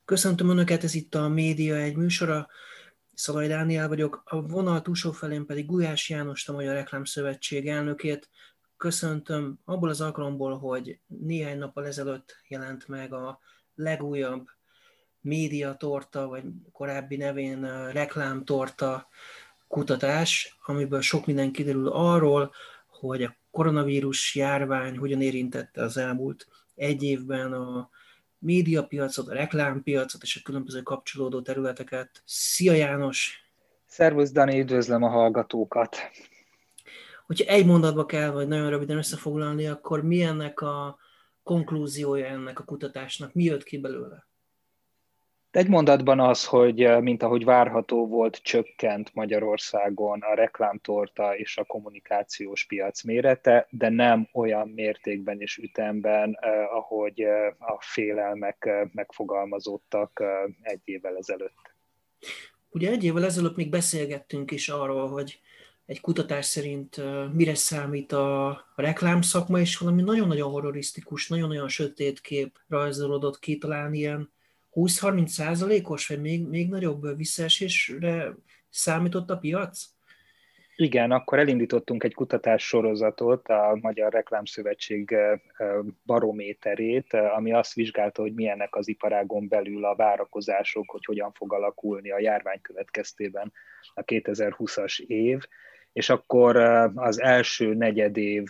Köszöntöm Önöket, ez itt a Média egy műsora. Szalai Dániel vagyok, a vonal túlsó felén pedig Gulyás Jánost, a Magyar Reklámszövetség elnökét. Köszöntöm abból az alkalomból, hogy néhány nappal ezelőtt jelent meg a legújabb médiatorta, vagy korábbi nevén reklámtorta kutatás, amiből sok minden kiderül arról, hogy a koronavírus járvány hogyan érintette az elmúlt egy évben a médiapiacot, a reklámpiacot és a különböző kapcsolódó területeket. Szia János! Szervusz Dani, üdvözlöm a hallgatókat! Hogyha egy mondatba kell, vagy nagyon röviden összefoglalni, akkor mi ennek a konklúziója ennek a kutatásnak? Mi jött ki belőle? Egy mondatban az, hogy mint ahogy várható volt, csökkent Magyarországon a reklámtorta és a kommunikációs piac mérete, de nem olyan mértékben és ütemben, ahogy a félelmek megfogalmazódtak egy évvel ezelőtt. Ugye egy évvel ezelőtt még beszélgettünk is arról, hogy egy kutatás szerint mire számít a reklámszakma, és valami nagyon-nagyon horrorisztikus, nagyon-nagyon sötét kép rajzolódott ki, talán ilyen 20-30%-os, vagy még nagyobb visszaesésre számított a piac? Igen, akkor elindítottunk egy kutatás sorozatot, a Magyar Reklámszövetség barométerét, ami azt vizsgálta, hogy milyennek az iparágon belül a várakozások, hogy hogyan fog alakulni a járvány következtében a 2020-as év, és akkor az első negyedév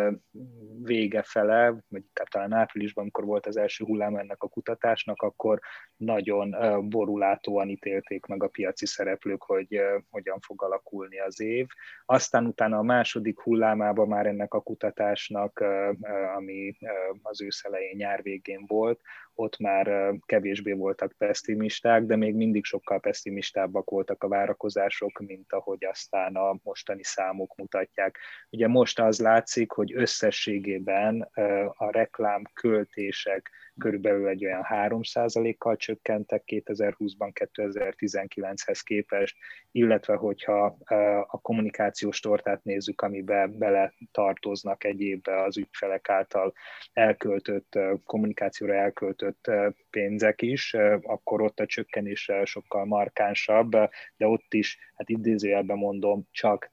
vége fele, vagy talán áprilisban, amikor volt az első hullám ennek a kutatásnak, akkor nagyon borulátóan ítélték meg a piaci szereplők, hogy hogyan fog alakulni az év. Aztán utána a második hullámában már ennek a kutatásnak, ami az ősz elején, nyár végén volt, ott már kevésbé voltak pessimisták, de még mindig sokkal pessimistábbak voltak a várakozások, mint ahogy aztán a mostani számok mutatják. Ugye most az látszik, hogy összességében a reklámköltések körülbelül egy olyan 3%-kal csökkentek 2020-ban 2019-hez képest, illetve hogyha a kommunikációs tortát nézzük, amiben bele tartoznak egyéb az ügyfelek által elköltött, kommunikációra elköltött pénzek is, akkor ott a csökkenés sokkal markánsabb, de ott is, hát idézőjelben mondom, csak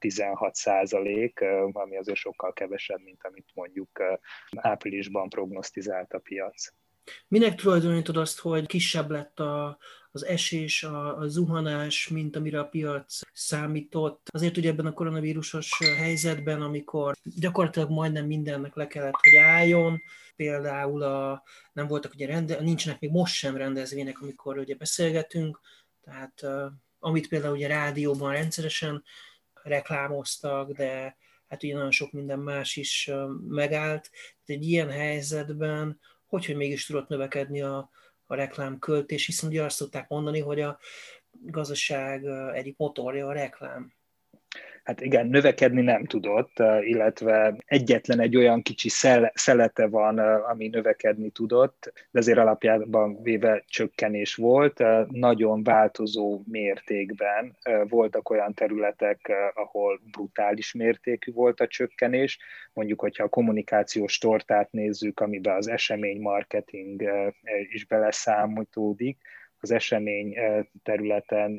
16%, ami azért sokkal kevesebb, mint amit mondjuk áprilisban prognosztizált a piac. Minek tulajdonítod azt, hogy kisebb lett az esés, a zuhanás, mint amire a piac számított? Azért ugye ebben a koronavírusos helyzetben, amikor gyakorlatilag majdnem mindennek le kellett, hogy álljon, például nem voltak ugye nincsenek még most sem rendezvények, amikor ugye beszélgetünk, tehát amit például ugye rádióban rendszeresen reklámoztak, de hát ugye nagyon sok minden más is megállt. Tehát egy ilyen helyzetben hogy mégis tudott növekedni a reklámköltés, hiszen ugye azt szokták mondani, hogy a gazdaság egyik motorja a reklám. Hát igen, növekedni nem tudott, illetve egyetlen egy olyan kicsi szelete van, ami növekedni tudott, de azért alapjában véve csökkenés volt. Nagyon változó mértékben voltak olyan területek, ahol brutális mértékű volt a csökkenés. Mondjuk, hogyha a kommunikációs tortát nézzük, amiben az eseménymarketing is beleszámítódik, az esemény területen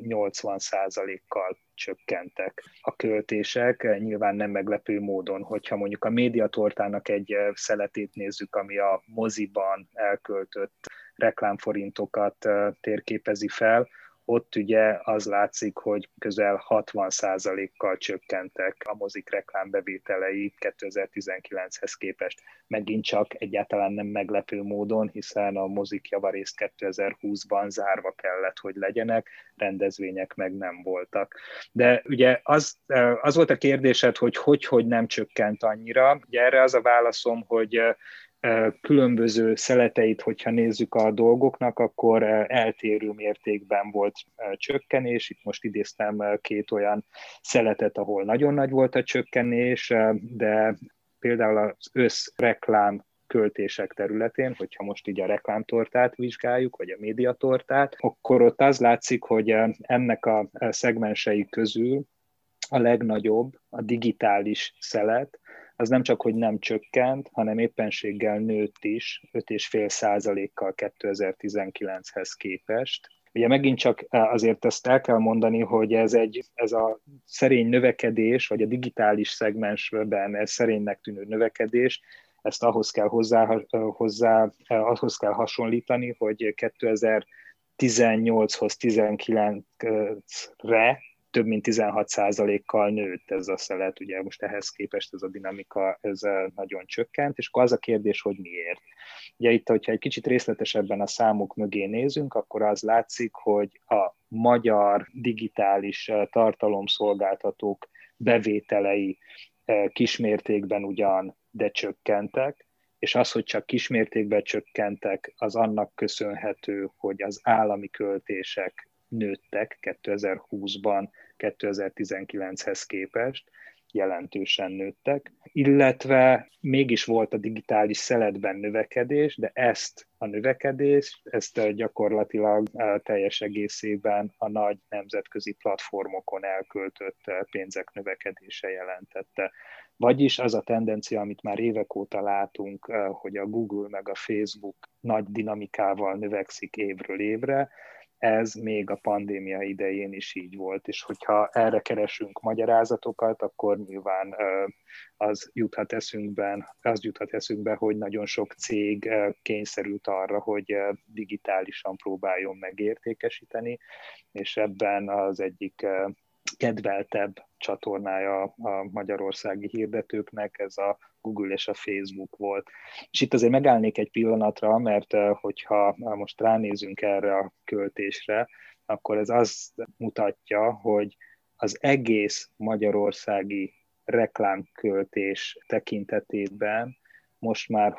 80%-kal csökkentek a költések, nyilván nem meglepő módon, hogyha mondjuk a médiatortának egy szeletét nézzük, ami a moziban elköltött reklámforintokat térképezi fel, ott ugye az látszik, hogy közel 60%-kal csökkentek a mozik reklámbevételei 2019-hez képest. Megint csak egyáltalán nem meglepő módon, hiszen a mozik javarészt 2020-ban zárva kellett, hogy legyenek, rendezvények meg nem voltak. De ugye az volt a kérdésed, hogy nem csökkent annyira. Ugye erre az a válaszom, hogy különböző szeleteit, hogyha nézzük a dolgoknak, akkor eltérő mértékben volt csökkenés. Itt most idéztem két olyan szeletet, ahol nagyon nagy volt a csökkenés, de például az összreklám költések területén, hogyha most így a reklámtortát vizsgáljuk, vagy a médiatortát, akkor ott az látszik, hogy ennek a szegmensei közül a legnagyobb a digitális szelet, az nem csak, hogy nem csökkent, hanem éppenséggel nőtt is 5,5%-kal 2019-hez képest. Ugye megint csak azért ezt el kell mondani, hogy ez a szerény növekedés, vagy a digitális szegmensben ez szerénynek tűnő növekedés, ezt ahhoz kell hasonlítani, hogy 2018-hoz 19-re több mint 16%-kal nőtt ez a szelet, ugye most ehhez képest ez a dinamika ez nagyon csökkent, és akkor az a kérdés, hogy miért. Ugye itt, hogyha egy kicsit részletesebben a számok mögé nézünk, akkor az látszik, hogy a magyar digitális tartalomszolgáltatók bevételei kismértékben ugyan, de csökkentek, és az, hogy csak kismértékben csökkentek, az annak köszönhető, hogy az állami költések nőttek 2020-ban 2019-hez képest, jelentősen nőttek, illetve mégis volt a digitális szeletben növekedés, de ezt a növekedést, ezt gyakorlatilag teljes egészében a nagy nemzetközi platformokon elköltött pénzek növekedése jelentette. Vagyis az a tendencia, amit már évek óta látunk, hogy a Google meg a Facebook nagy dinamikával növekszik évről évre, ez még a pandémia idején is így volt, és hogyha erre keresünk magyarázatokat, akkor nyilván az juthat eszünkbe, hogy nagyon sok cég kényszerült arra, hogy digitálisan próbáljon megértékesíteni, és ebben az egyik kedveltebb csatornája a magyarországi hirdetőknek, ez a Google és a Facebook volt. És itt azért megállnék egy pillanatra, mert hogyha most ránézünk erre a költésre, akkor ez azt mutatja, hogy az egész magyarországi reklámköltés tekintetében most már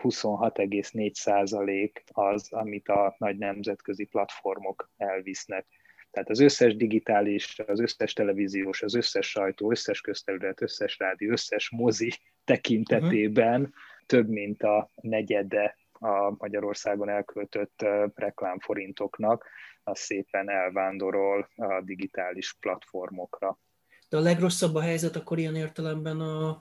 26,4% az, amit a nagy nemzetközi platformok elvisznek. Tehát az összes digitális, az összes televíziós, az összes sajtó, összes közterület, összes rádió, összes mozi tekintetében több mint a negyede a Magyarországon elköltött reklámforintoknak, az szépen elvándorol a digitális platformokra. De a legrosszabb a helyzet akkor ilyen értelemben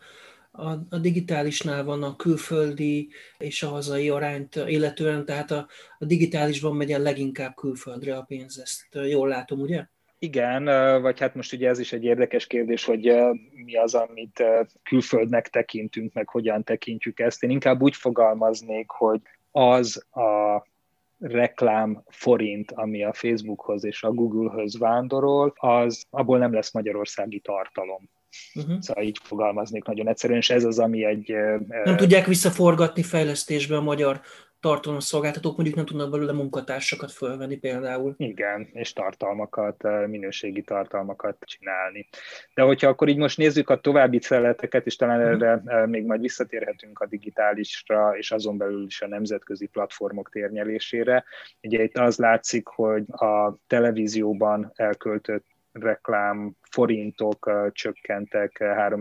a digitálisnál van a külföldi és a hazai arányt illetően, tehát a digitálisban megy el leginkább külföldre a pénz, ezt jól látom, ugye? Igen, vagy hát most ugye ez is egy érdekes kérdés, hogy mi az, amit külföldnek tekintünk, meg hogyan tekintjük ezt. Én inkább úgy fogalmaznék, hogy az a reklám forint, ami a Facebookhoz és a Googlehöz vándorol, abból nem lesz magyarországi tartalom. Szóval így fogalmaznék nagyon egyszerűen, és ez az, ami egy... Nem tudják visszaforgatni fejlesztésbe a magyar tartalomszolgáltatók, mondjuk nem tudnak belőle munkatársakat fölvenni például. Igen, és minőségi tartalmakat csinálni. De hogyha akkor így most nézzük a további szeleteket, és talán erre még majd visszatérhetünk a digitálisra, és azon belül is a nemzetközi platformok térnyelésére. Ugye itt az látszik, hogy a televízióban elköltött reklám forintok csökkentek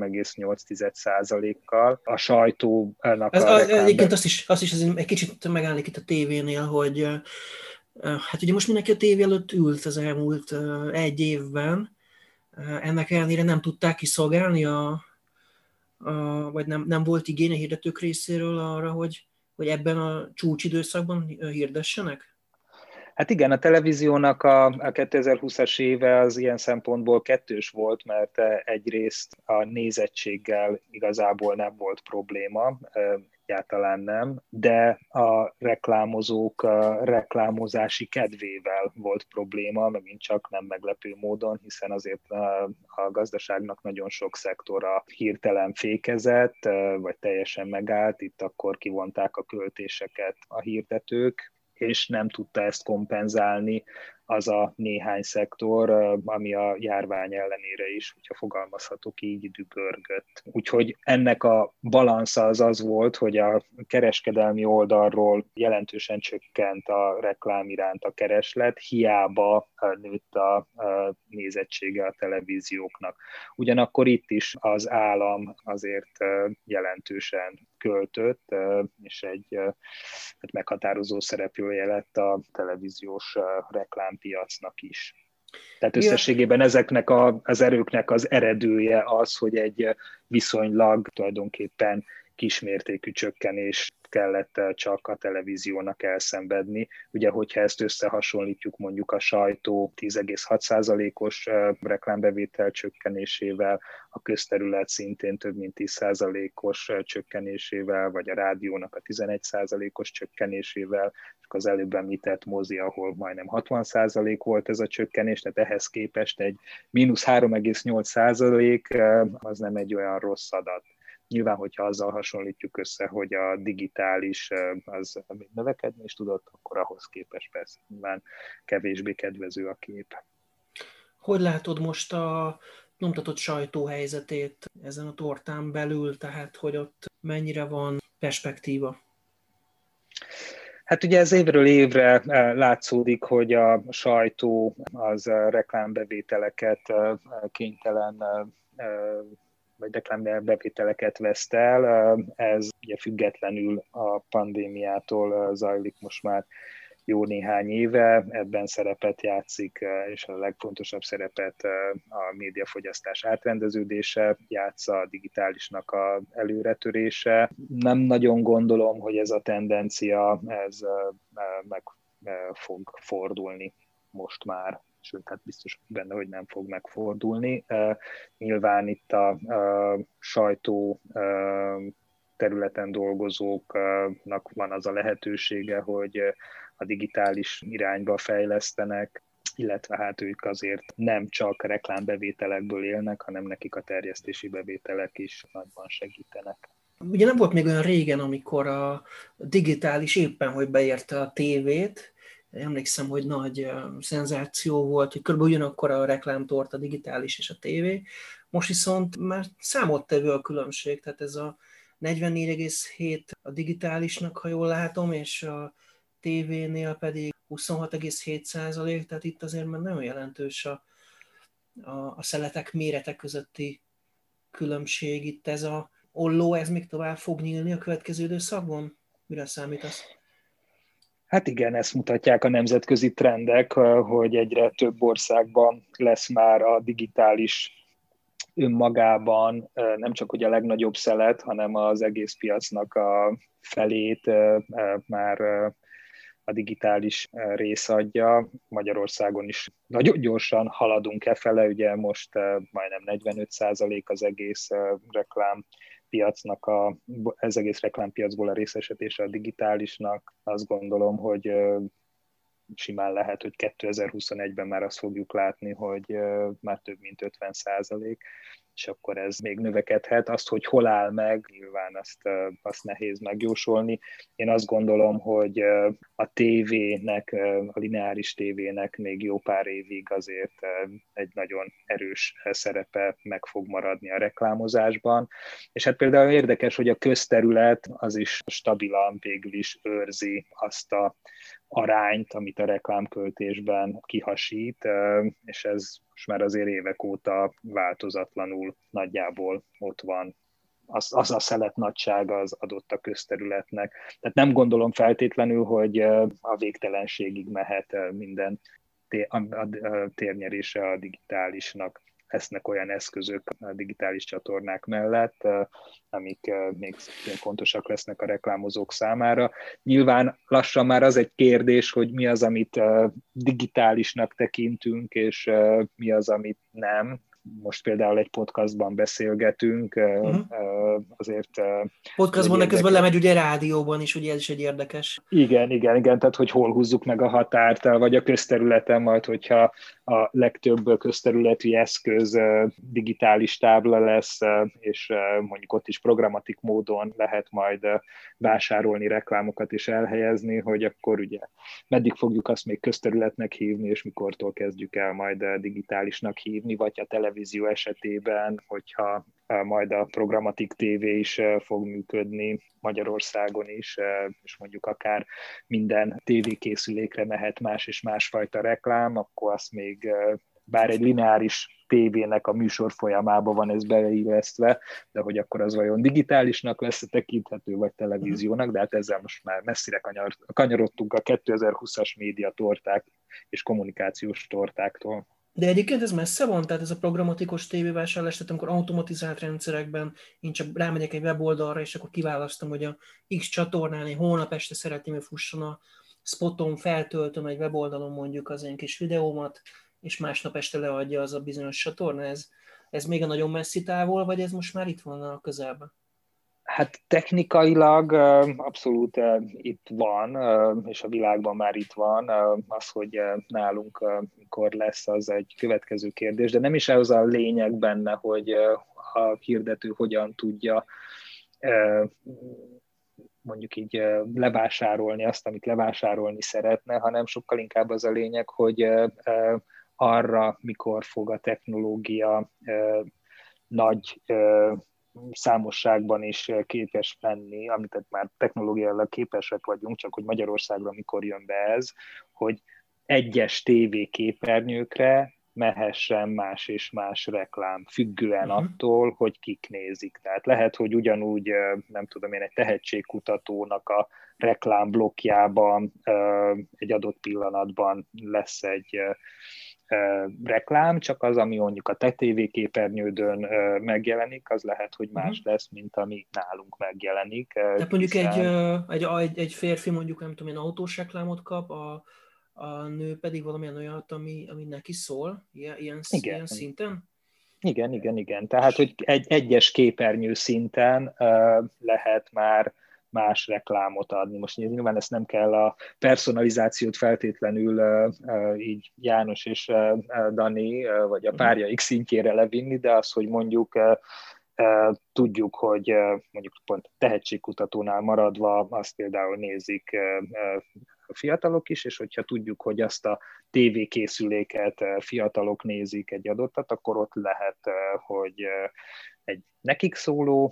3,8%-kal. A sajtónak a reklám... Egyébként azt is egy kicsit megállnék itt a tévénél, hogy hát ugye most mindenki a tévé előtt ült az elmúlt egy évben, ennek ellenére nem tudták kiszolgálni, vagy nem volt igény a hirdetők részéről arra, hogy ebben a csúcsidőszakban hirdessenek? Hát igen, a televíziónak a 2020-as éve az ilyen szempontból kettős volt, mert egyrészt a nézettséggel igazából nem volt probléma, egyáltalán nem, de a reklámozók reklámozási kedvével volt probléma, megint csak nem meglepő módon, hiszen azért a gazdaságnak nagyon sok szektora hirtelen fékezett, vagy teljesen megállt, itt akkor kivonták a költéseket a hirdetők, és nem tudta ezt kompenzálni az a néhány szektor, ami a járvány ellenére is, hogyha fogalmazhatok így, dübörgött. Úgyhogy ennek a balansza az volt, hogy a kereskedelmi oldalról jelentősen csökkent a reklám iránt a kereslet, hiába nőtt a nézettsége a televízióknak. Ugyanakkor itt is az állam azért jelentősen költött, és egy meghatározó szereplője lett a televíziós reklámpiacnak is. Tehát Ja, összességében ezeknek az erőknek az eredője az, hogy egy viszonylag tulajdonképpen kismértékű csökkenés kellett csak a televíziónak elszenvedni. Ugye, hogyha ezt összehasonlítjuk mondjuk a sajtó 10,6%-os reklámbevétel csökkenésével, a közterület szintén több mint 10%-os csökkenésével, vagy a rádiónak a 11%-os csökkenésével, és az előbb említett mozi, ahol majdnem 60% volt ez a csökkenés, tehát ehhez képest egy mínusz 3,8% az nem egy olyan rossz adat. Nyilván, hogyha azzal hasonlítjuk össze, hogy a digitális az még növekedni is tudott, akkor ahhoz képest persze nyilván kevésbé kedvező a kép. hogy látod most a nyomtatott sajtó helyzetét ezen a tortán belül, tehát hogy ott mennyire van perspektíva? Hát ugye ez évről évre látszódik, hogy a sajtó az reklámbevételeket kénytelen vagy reklámbevételeket veszt el. Ez ugye függetlenül a pandémiától zajlik most már jó néhány éve, ebben szerepet játszik, és a legfontosabb szerepet a médiafogyasztás átrendeződése játsza, a digitálisnak a előretörése. Nem nagyon gondolom, hogy ez a tendencia ez meg fog fordulni most már, sőt, hát biztos benne, hogy nem fog megfordulni. Nyilván itt a sajtó területen dolgozóknak van az a lehetősége, hogy a digitális irányba fejlesztenek, illetve hát ők azért nem csak reklámbevételekből élnek, hanem nekik a terjesztési bevételek is nagyban segítenek. Ugye nem volt még olyan régen, amikor a digitális éppen, hogy beérte a tévét. Emlékszem, hogy nagy szenzáció volt, hogy kb. Ugyanakkor a reklámtort a digitális és a tévé. Most viszont már számottevő a különbség, tehát ez a 44,7 a digitálisnak, ha jól látom, és a tévénél pedig 26,7%, tehát itt azért már nagyon jelentős a szeletek méretek közötti különbség. Itt ez a olló, ez még tovább fog nyílni a következő időszakban? Mire számítasz? Hát igen, ezt mutatják a nemzetközi trendek, hogy egyre több országban lesz már a digitális önmagában nem csak hogy a legnagyobb szelet, hanem az egész piacnak a felét már a digitális rész adja. Magyarországon is nagyon gyorsan haladunk fele, ugye most majdnem 45% az egész reklámpiacnak, az egész reklámpiacból a részesedése a digitálisnak. Azt gondolom, hogy simán lehet, hogy 2021-ben már azt fogjuk látni, hogy már több mint 50%, és akkor ez még növekedhet. Azt, hogy hol áll meg, nyilván azt nehéz megjósolni. Én azt gondolom, hogy a tévének, a lineáris tévének még jó pár évig azért egy nagyon erős szerepe meg fog maradni a reklámozásban. És hát például érdekes, hogy a közterület az is stabilan végül is őrzi azt a arányt, amit a reklámköltésben kihasít, és ez most már azért évek óta változatlanul nagyjából ott van. Az a szelet nagysága az adott a közterületnek. Tehát nem gondolom feltétlenül, hogy a végtelenségig mehet minden térnyerése a digitálisnak. Lesznek olyan eszközök a digitális csatornák mellett, amik még szintén fontosak lesznek a reklámozók számára. Nyilván lassan már az egy kérdés, hogy mi az, amit digitálisnak tekintünk, és mi az, amit nem. Most például egy podcastban beszélgetünk, azért... Podcastban, de közben lemegy ugye rádióban is, ugye ez is egy érdekes. Igen, tehát hogy hol húzzuk meg a határt, vagy a közterületen majd, hogyha a legtöbb közterületi eszköz digitális tábla lesz, és mondjuk ott is programatik módon lehet majd vásárolni reklámokat és elhelyezni, hogy akkor ugye meddig fogjuk azt még közterületnek hívni, és mikortól kezdjük el majd digitálisnak hívni, vagy a televízió esetében, hogyha majd a programatik tévé is fog működni Magyarországon is, és mondjuk akár minden tévékészülékre mehet más és másfajta reklám, akkor azt még, bár egy lineáris tévének a műsor folyamában van ez beleillesztve, de hogy akkor az vajon digitálisnak lesz tekinthető, vagy televíziónak, de hát ezzel most már messzire kanyarodtunk a 2020-as médiatorták és kommunikációs tortáktól. De egyébként ez messze van, tehát ez a programatikus tévévásárlás, tehát amikor automatizált rendszerekben én csak rámegyek egy weboldalra, és akkor kiválasztom, hogy a X csatornán én holnap este szeretném, hogy fusson a spoton, feltöltöm egy weboldalon mondjuk az én kis videómat, és másnap este leadja az a bizonyos csatorna. Ez még a nagyon messzi távol, vagy ez most már itt van a közelben? Hát technikailag abszolút itt van, és a világban már itt van. Az, hogy nálunk mikor lesz, az egy következő kérdés, de nem is ez a lényeg benne, hogy a hirdető hogyan tudja mondjuk így levásárolni azt, amit levásárolni szeretne, hanem sokkal inkább az a lényeg, hogy arra, mikor fog a technológia nagy számosságban is képes lenni, amit már technológiailag képesek vagyunk, csak hogy Magyarországra mikor jön be ez, hogy egyes tévéképernyőkre mehessen más és más reklám, függően attól, hogy kik nézik. Tehát lehet, hogy ugyanúgy, nem tudom én, egy tehetségkutatónak a reklámblokkjában egy adott pillanatban lesz egy reklám, csak az, ami mondjuk a te tévéképernyődön megjelenik, az lehet, hogy más lesz, mint ami nálunk megjelenik. Tehát mondjuk Hiszen... egy férfi mondjuk, nem tudom, én autós reklámot kap, a nő pedig valamilyen olyat, ami neki szól, ilyen Igen, szinten? igen. Tehát, hogy egy egyes képernyő szinten lehet már más reklámot adni. Most nyilván ezt nem kell a personalizációt feltétlenül így János és Dani, vagy a párjaik szintjére levinni, de az, hogy mondjuk tudjuk, hogy mondjuk pont tehetségkutatónál maradva azt például nézik a fiatalok is, és hogyha tudjuk, hogy azt a tévékészüléket fiatalok nézik egy adottat, akkor ott lehet, hogy egy nekik szóló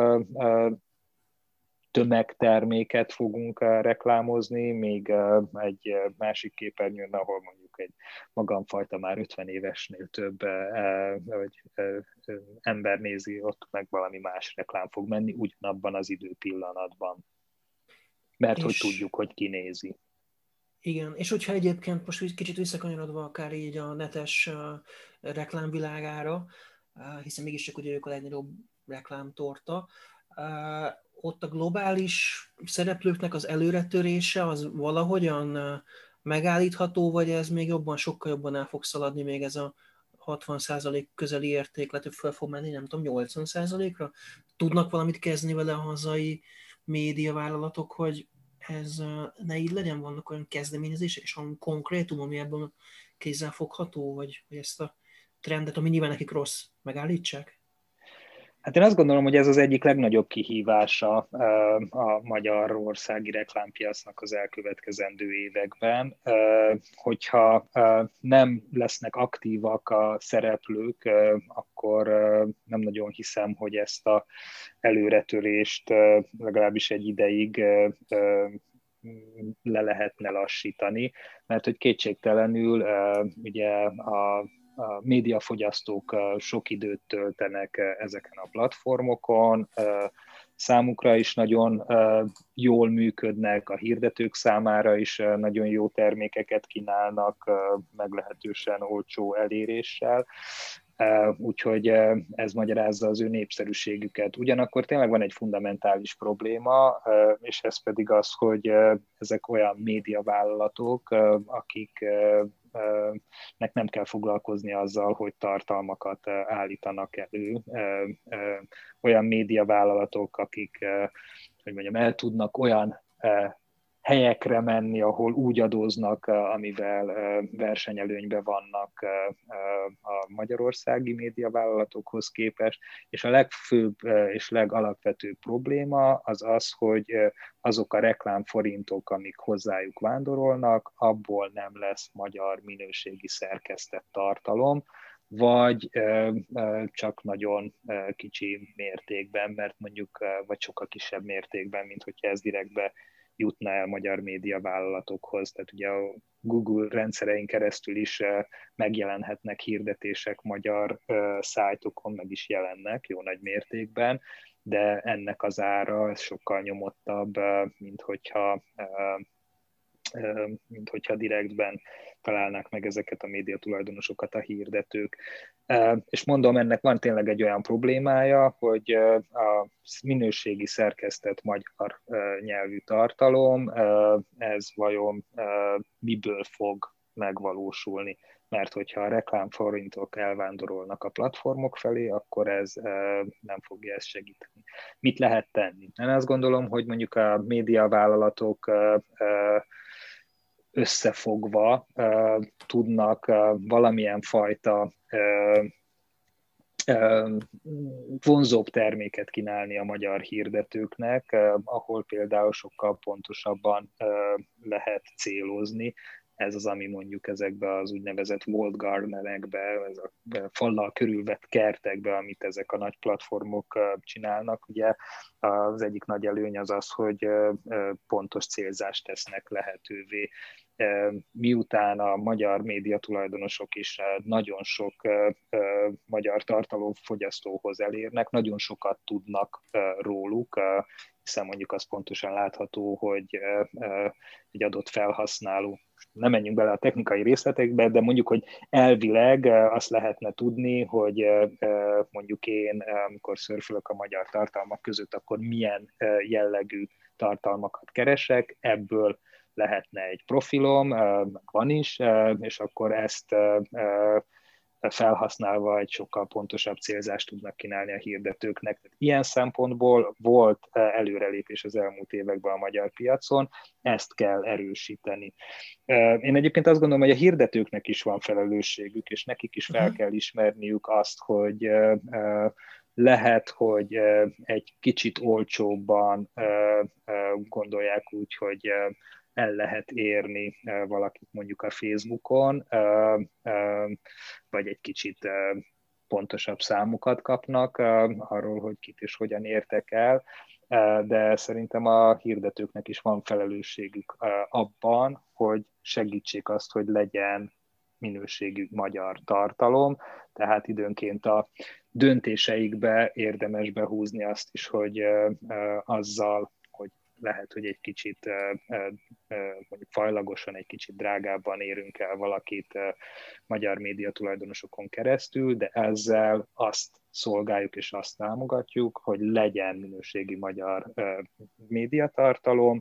tömegterméket fogunk reklámozni, még egy másik képernyőn, ahol mondjuk egy magamfajta már 50 évesnél több vagy ember nézi, ott meg valami más reklám fog menni ugyanabban az időpillanatban. Mert hogy És tudjuk, hogy ki nézi. igen, és hogyha egyébként most kicsit visszakanyarodva akár így a netes reklámvilágára, hiszen mégiscsak ugye ők a legnagyobb reklámtorta, ott a globális szereplőknek az előretörése az valahogyan megállítható, vagy ez még jobban, sokkal jobban el fog szaladni, még ez a 60% közeli érték, lehet, hogy fel fog menni, nem tudom, 80%-ra? Tudnak valamit kezdeni vele a hazai médiavállalatok, hogy ez ne így legyen, vannak olyan kezdeményezések, és van konkrétum, ami ebben kézzelfogható, vagy ezt a trendet, ami nyilván nekik rossz, megállítsák? Hát én azt gondolom, hogy ez az egyik legnagyobb kihívása a magyarországi reklámpiacnak az elkövetkezendő években, hogyha nem lesznek aktívak a szereplők, akkor nem nagyon hiszem, hogy ezt a előretörést legalábbis egy ideig le lehetne lassítani, mert hogy kétségtelenül ugye a médiafogyasztók sok időt töltenek ezeken a platformokon, számukra is nagyon jól működnek, a hirdetők számára is nagyon jó termékeket kínálnak, meglehetősen olcsó eléréssel, úgyhogy ez magyarázza az ő népszerűségüket. Ugyanakkor tényleg van egy fundamentális probléma, és ez pedig az, hogy ezek olyan médiavállalatok, akiknek nem kell foglalkozni azzal, hogy tartalmakat állítanak elő. Olyan médiavállalatok, akik, hogy mondjam, el tudnak olyan helyekre menni, ahol úgy adóznak, amivel versenyelőnyben vannak a magyarországi médiavállalatokhoz képest, és a legfőbb és legalapvetőbb probléma az az, hogy azok a reklámforintok, amik hozzájuk vándorolnak, abból nem lesz magyar minőségi szerkesztett tartalom, vagy csak nagyon kicsi mértékben, mert mondjuk, vagy sokkal kisebb mértékben, mint hogyha ez direktbe jutna el magyar médiavállalatokhoz. Tehát ugye a Google rendszerein keresztül is megjelenhetnek hirdetések magyar szájtokon, meg is jelennek jó nagy mértékben, de ennek az ára ez sokkal nyomottabb, mint hogyha mint hogyha direktben találnák meg ezeket a médiatulajdonosokat a hirdetők. És mondom, ennek van tényleg egy olyan problémája, hogy a minőségi szerkesztett magyar nyelvű tartalom, ez vajon miből fog megvalósulni. Mert hogyha a reklámforintok elvándorolnak a platformok felé, akkor ez nem fogja ezt segíteni. Mit lehet tenni? Én azt gondolom, hogy mondjuk a médiavállalatok összefogva tudnak valamilyen fajta vonzóbb terméket kínálni a magyar hirdetőknek, ahol például sokkal pontosabban lehet célozni. Ez az, ami mondjuk ezekbe az úgynevezett walled gardenekbe, ez a fallal körülvett kertekbe, amit ezek a nagy platformok csinálnak. Ugye az egyik nagy előny az az, hogy pontos célzást tesznek lehetővé. Miután a magyar médiatulajdonosok is nagyon sok magyar tartalomfogyasztóhoz elérnek, nagyon sokat tudnak róluk, hiszen mondjuk az pontosan látható, hogy egy adott felhasználó, nem menjünk bele a technikai részletekbe, de mondjuk, hogy elvileg azt lehetne tudni, hogy mondjuk én, amikor szörfölök a magyar tartalmak között, akkor milyen jellegű tartalmakat keresek, ebből lehetne egy profilom, van is, és akkor ezt felhasználva egy sokkal pontosabb célzást tudnak kínálni a hirdetőknek. Ilyen szempontból volt előrelépés az elmúlt években a magyar piacon, ezt kell erősíteni. Én egyébként azt gondolom, hogy a hirdetőknek is van felelősségük, és nekik is fel kell ismerniük azt, hogy lehet, hogy egy kicsit olcsóbban gondolják úgy, hogy el lehet érni valakit mondjuk a Facebookon, vagy egy kicsit pontosabb számokat kapnak arról, hogy kit és hogyan értek el, de szerintem a hirdetőknek is van felelősségük abban, hogy segítsék azt, hogy legyen minőségű magyar tartalom, tehát időnként a döntéseikbe érdemes behúzni azt is, hogy azzal, hogy lehet, hogy egy kicsit mondjuk fajlagosan, egy kicsit drágábban érünk el valakit magyar média tulajdonosokon keresztül, de ezzel azt szolgáljuk és azt támogatjuk, hogy legyen minőségi magyar médiatartalom,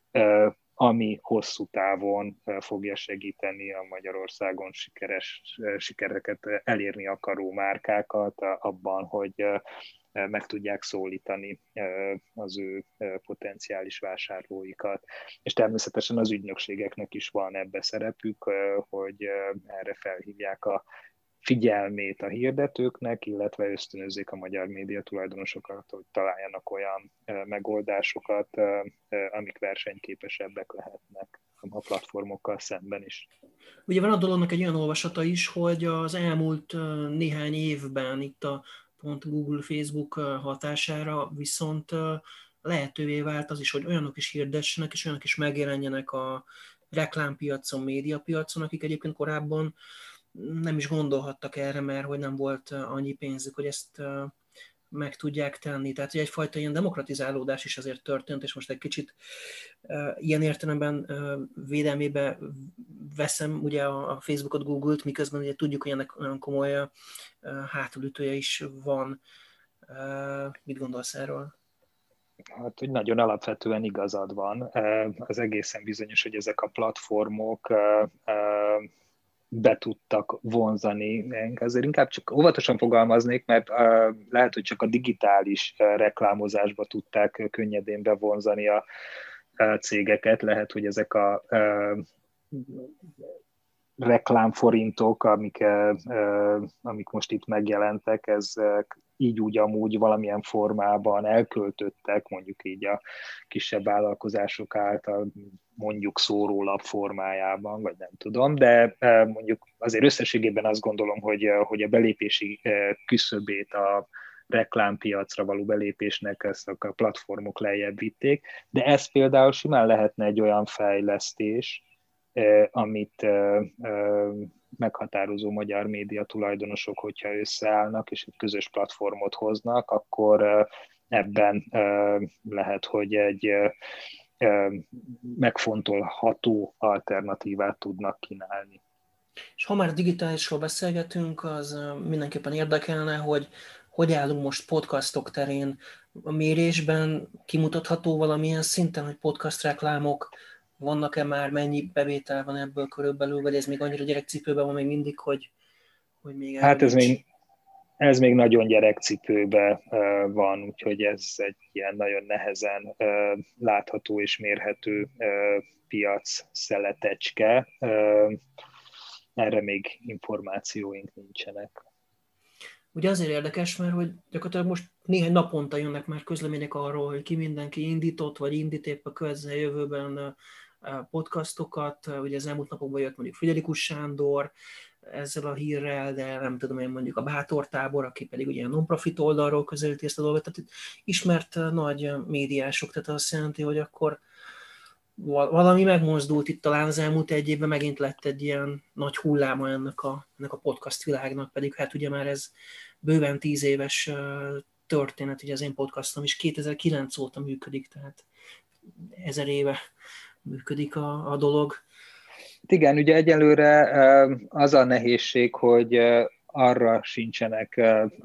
ami hosszú távon fogja segíteni a Magyarországon sikereket elérni akaró márkákat abban, hogy meg tudják szólítani az ő potenciális vásárlóikat. És természetesen az ügynökségeknek is van ebbe szerepük, hogy erre felhívják a figyelmét a hirdetőknek, illetve ösztönözzék a magyar média tulajdonosokat, hogy találjanak olyan megoldásokat, amik versenyképesebbek lehetnek a platformokkal szemben is. Ugye van a dolognak egy olyan olvasata is, hogy az elmúlt néhány évben itt a pont Google, Facebook hatására viszont lehetővé vált az is, hogy olyanok is hirdessenek, és olyanok is megjelenjenek a reklámpiacon, médiapiacon, akik egyébként korábban nem is gondolhattak erre, mert hogy nem volt annyi pénzük, hogy ezt meg tudják tenni. Tehát hogy egyfajta ilyen demokratizálódás is azért történt, és most egy kicsit ilyen értelemben védelmébe veszem ugye a Facebookot, Google-t, miközben ugye tudjuk, hogy ennek olyan komoly hátulütője is van. Mit gondolsz erről? Hát, hogy nagyon alapvetően igazad van. Az egészen bizonyos, hogy ezek a platformok be tudtak vonzani. Azért inkább csak óvatosan fogalmaznék, mert lehet, hogy csak a digitális reklámozásba tudták könnyedén bevonzani a cégeket. Lehet, hogy ezek a reklámforintok, amik most itt megjelentek, ezek így úgy amúgy valamilyen formában elköltöttek, mondjuk így a kisebb vállalkozások által, mondjuk szórólap formájában, vagy nem tudom, de mondjuk azért összességében azt gondolom, hogy a belépési küszöbét a reklámpiacra való belépésnek ezt a platformok lejjebb vitték, de ez például simán lehetne egy olyan fejlesztés, amit meghatározó magyar média tulajdonosok, hogyha összeállnak és egy közös platformot hoznak, akkor ebben lehet, hogy egy megfontolható alternatívát tudnak kínálni. És ha már digitálisról beszélgetünk, az mindenképpen érdekelne, hogy állunk most podcastok terén. A mérésben kimutatható valamilyen szinten, hogy podcast reklámok vannak-e már, mennyi bevétel van ebből körülbelül, vagy ez még annyira gyerekcipőben van még mindig, hogy még erről Hát nincs? ez még nagyon gyerekcipőben van, úgyhogy ez egy ilyen nagyon nehezen látható és mérhető piac szeletecske. Erre még információink nincsenek. Ugye azért érdekes, mert hogy gyakorlatilag most néhány naponta jönnek már közlemények arról, hogy ki mindenki indított, vagy indít épp a közeljövőben podcastokat. Ugye az elmúlt napokban jött mondjuk Friderikus Sándor ezzel a hírrel, de nem tudom én, mondjuk a Bátor tábor, aki pedig ugye a non-profit oldalról közelíti ezt a dolgot. Tehát ismert nagy médiások, tehát azt jelenti, hogy akkor valami megmozdult itt talán az elmúlt egy évben, megint lett egy ilyen nagy hulláma ennek a podcast világnak, pedig hát ugye már ez bőven 10 éves történet, ugye az én podcastom is 2009 óta működik, tehát 1000 éve működik a dolog. Igen, ugye egyelőre az a nehézség, hogy arra sincsenek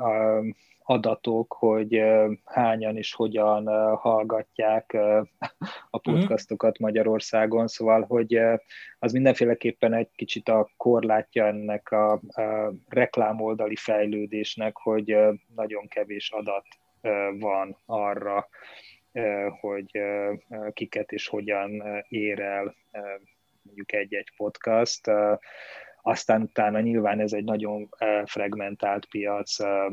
adatok, hogy hányan és hogyan hallgatják a podcastokat Magyarországon, szóval, hogy az mindenféleképpen egy kicsit a korlátja ennek a reklámoldali fejlődésnek, hogy nagyon kevés adat van arra, hogy kiket és hogyan ér el mondjuk egy-egy podcast. Aztán utána nyilván ez egy nagyon fragmentált piac,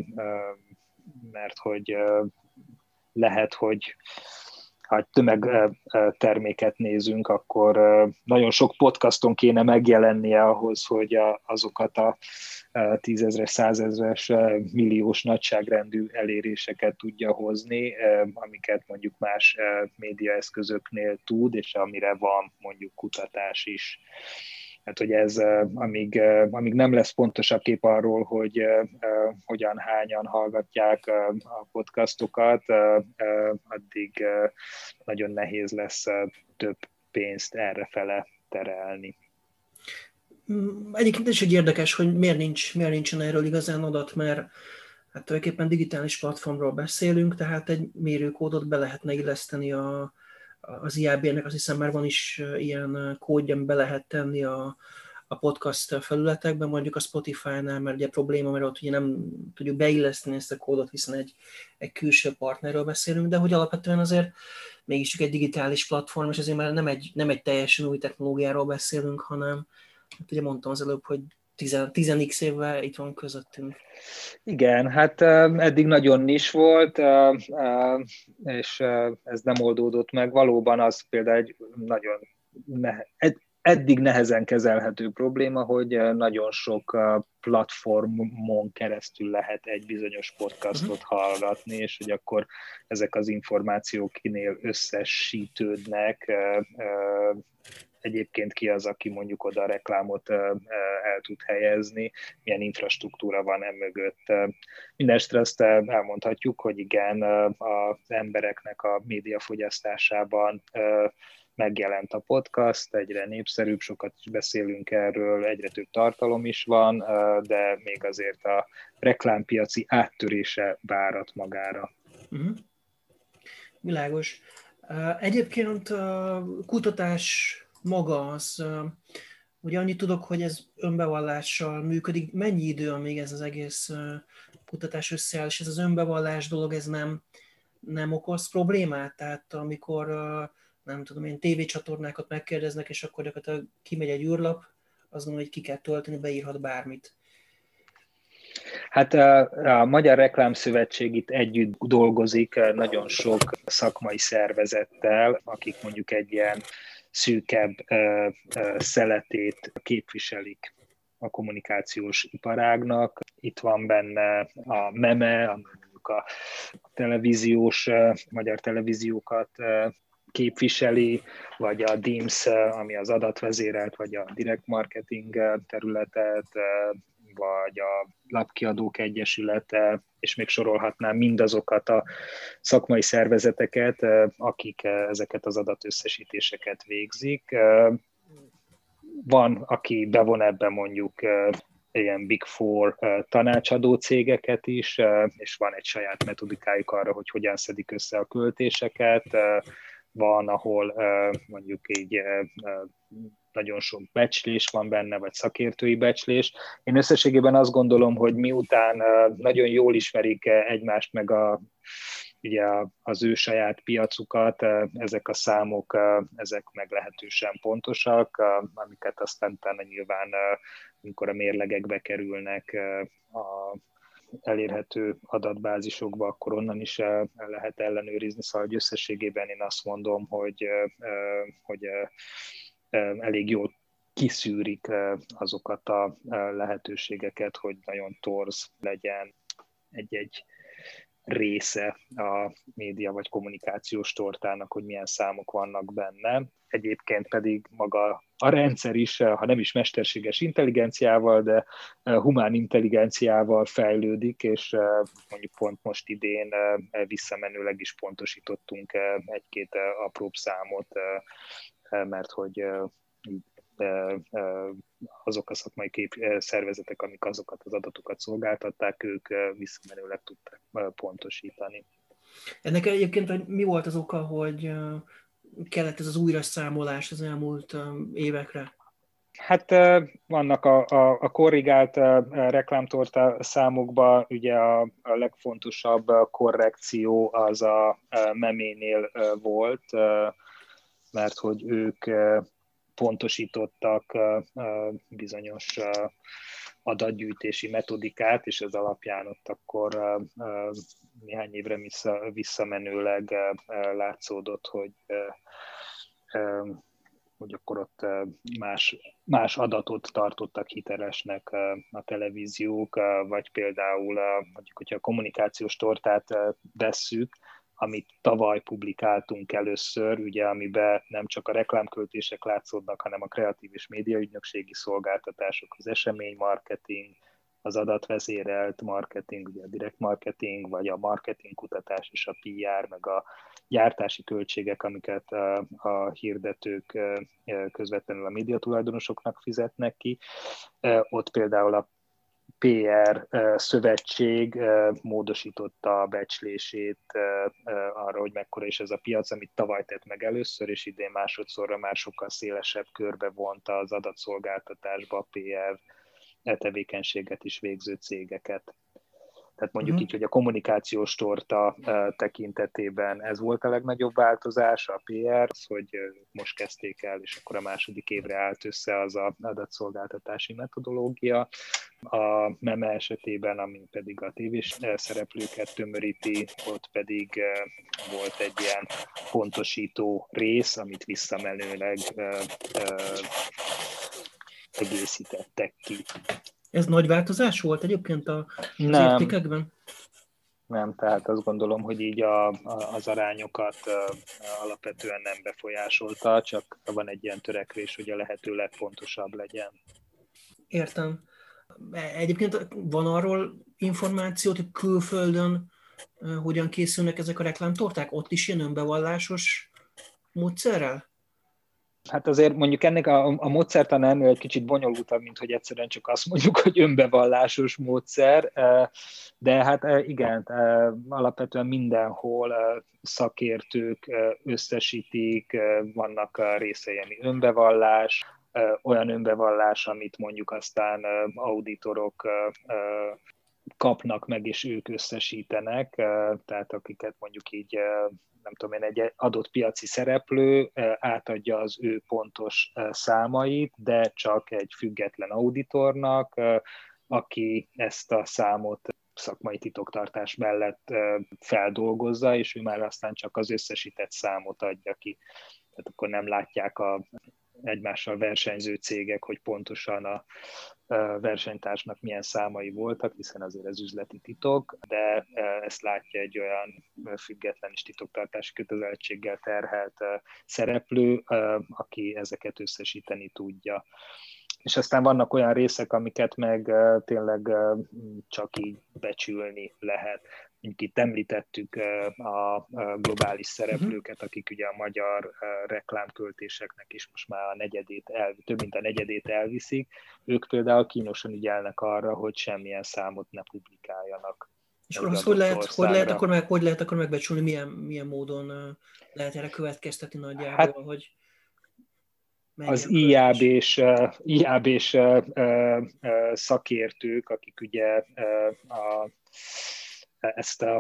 mert hogy lehet, hogy ha egy tömegterméket nézünk, akkor nagyon sok podcaston kéne megjelennie ahhoz, hogy azokat a 10 000-es, 100 000-es, milliós nagyságrendű eléréseket tudja hozni, amiket mondjuk más médiaeszközöknél tud, és amire van mondjuk kutatás is. Hát, hogy ez, amíg nem lesz pontosabb kép arról, hogy hogyan, hányan hallgatják a podcastokat, addig nagyon nehéz lesz több pénzt errefele terelni. Egyébként is egy érdekes, hogy miért nincsen erről igazán adat, mert hát tulajdonképpen digitális platformról beszélünk, tehát egy mérőkódot be lehetne illeszteni az IAB-nek, azt hiszem már van is ilyen kódja, ami be lehet tenni a podcast felületekben, mondjuk a Spotify-nál, mert ugye probléma, mert ott ugye nem tudjuk beilleszteni ezt a kódot, hiszen egy külső partnerről beszélünk, de hogy alapvetően azért mégiscsak egy digitális platform, és azért már nem egy teljesen új technológiáról beszélünk, hanem hát ugye mondtam az előbb, hogy 10x évvel itt van közöttünk. Igen, hát eddig nagyon nis volt, és ez nem oldódott meg. Valóban az például egy nagyon eddig nehezen kezelhető probléma, hogy nagyon sok platformon keresztül lehet egy bizonyos podcastot hallgatni, és hogy akkor ezek az információk kinél összesítődnek, egyébként ki az, aki mondjuk oda a reklámot el tud helyezni, milyen infrastruktúra van mögött. Mindenesetre azt elmondhatjuk, hogy igen, az embereknek a médiafogyasztásában megjelent a podcast, egyre népszerűbb, sokat is beszélünk erről, egyre több tartalom is van, de még azért a reklámpiaci áttörése várat magára. Világos. Egyébként a kutatás maga az, ugye annyit tudok, hogy ez önbevallással működik. Mennyi idő, amíg ez az egész kutatás összeáll, és ez az önbevallás dolog, ez nem okoz problémát? Tehát amikor, nem tudom én, tévécsatornákat megkérdeznek, és akkor gyakorlatilag kimegy egy űrlap, azt gondolom, hogy ki kell tölteni, beírhat bármit. Hát a Magyar Reklámszövetség itt együtt dolgozik nagyon sok szakmai szervezettel, akik mondjuk egy ilyen szűkebb szeletét képviselik a kommunikációs iparágnak. Itt van benne a MEME, mondjuk a televíziós, magyar televíziókat képviseli, vagy a DIMS, ami az adatvezérelt, vagy a direct marketing területet, vagy a Lapkiadók Egyesülete, és még sorolhatnám mindazokat a szakmai szervezeteket, akik ezeket az adatösszesítéseket végzik. Van, aki bevon ebbe mondjuk ilyen Big Four tanácsadó cégeket is, és van egy saját metodikájuk arra, hogy hogyan szedik össze a költéseket. Van, ahol mondjuk így nagyon sok becslés van benne, vagy szakértői becslés. Én összességében azt gondolom, hogy miután nagyon jól ismerik egymást, meg ugye az ő saját piacukat, ezek a számok, ezek meglehetősen pontosak, amiket aztán utána nyilván, amikor a mérlegekbe kerülnek a elérhető adatbázisokba, akkor onnan is lehet ellenőrizni. Szóval összességében én azt mondom, hogy elég jól kiszűrik azokat a lehetőségeket, hogy nagyon torz legyen egy része a média vagy kommunikációs tortának, hogy milyen számok vannak benne. Egyébként pedig maga a rendszer is, ha nem is mesterséges intelligenciával, de humán intelligenciával fejlődik, és mondjuk pont most idén visszamenőleg is pontosítottunk egy-két apróbb számot, mert hogy azok a szakmai szervezetek, amik azokat az adatokat szolgáltatták, ők visszamenőleg tudták pontosítani. Ennek egyébként mi volt az oka, hogy kellett ez az újraszámolás az elmúlt évekre? Hát vannak a korrigált reklámtorta számokban, ugye a legfontosabb korrekció az a meménél volt, mert hogy ők pontosítottak bizonyos adatgyűjtési metodikát, és ez alapján ott akkor néhány évre visszamenőleg látszódott, hogy akkor ott más adatot tartottak hitelesnek a televíziók, vagy például mondjuk, hogyha a kommunikációs tortát vesszük, amit tavaly publikáltunk először, ugye, amiben nem csak a reklámköltések látszódnak, hanem a kreatív és médiaügynökségi szolgáltatások, az eseménymarketing, az adatvezérelt marketing, ugye a direkt marketing, vagy a marketingkutatás és a PR, meg a gyártási költségek, amiket a hirdetők közvetlenül a médiatulajdonosoknak fizetnek ki. Ott például a PR szövetség módosította a becslését arra, hogy mekkora is ez a piac, amit tavaly tett meg először, és idén másodszorra már sokkal szélesebb körbe vonta az adatszolgáltatásba a PR tevékenységet is végző cégeket. Tehát mondjuk így, hogy a kommunikációs torta tekintetében ez volt a legnagyobb változás, a PR, az, hogy most kezdték el, és akkor a második évre állt össze az az adatszolgáltatási metodológia. A meme esetében, ami pedig a tévés szereplőket tömöríti, ott pedig volt egy ilyen pontosító rész, amit visszamenőleg egészítettek ki. Ez nagy változás volt egyébként az értékekben? Nem, tehát azt gondolom, hogy így az arányokat alapvetően nem befolyásolta, csak van egy ilyen törekvés, hogy a lehető legfontosabb legyen. Értem. Egyébként van arról információt, hogy külföldön hogyan készülnek ezek a reklámtorták? Ott is ilyen önbevallásos módszerrel? Hát azért mondjuk ennek a módszertan ennél egy kicsit bonyolultabb, mint hogy egyszerűen csak azt mondjuk, hogy önbevallásos módszer, de hát igen, alapvetően mindenhol szakértők összesítik, vannak részei, ami önbevallás, olyan önbevallás, amit mondjuk aztán auditorok kapnak meg, és ők összesítenek, tehát akiket mondjuk így nem tudom én, egy adott piaci szereplő átadja az ő pontos számait, de csak egy független auditornak, aki ezt a számot szakmai titoktartás mellett feldolgozza, és ő már aztán csak az összesített számot adja ki. Tehát akkor nem látják egymással versenyző cégek, hogy pontosan a versenytársnak milyen számai voltak, hiszen azért ez üzleti titok, de ezt látja egy olyan független és titoktartási kötelezettséggel terhelt szereplő, aki ezeket összesíteni tudja. És aztán vannak olyan részek, amiket meg tényleg csak így becsülni lehet. Itt említettük a globális szereplőket, akik ugye a magyar reklámköltéseknek is most már több mint a negyedét elviszik. Ők például kínosan ügyelnek arra, hogy semmilyen számot ne publikáljanak. És akkor hogy lehet akkor megbecsülni, milyen módon lehet erre következtetni nagyjából, hát, hogy az IAB-s szakértők, akik ugye ezt a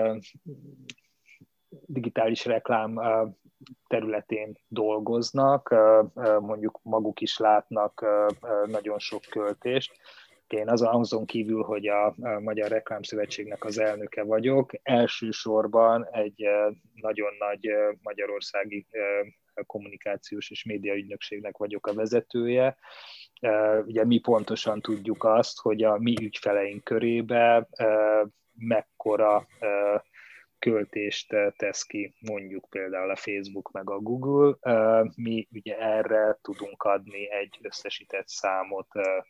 digitális reklám területén dolgoznak, mondjuk maguk is látnak nagyon sok költést. Én azon kívül, hogy a Magyar Reklámszövetségnek az elnöke vagyok, elsősorban egy nagyon nagy magyarországi kommunikációs és médiaügynökségnek vagyok a vezetője. Ugye mi pontosan tudjuk azt, hogy a mi ügyfeleink körébe mekkora költést tesz ki mondjuk például a Facebook meg a Google. Mi ugye erre tudunk adni egy összesített számot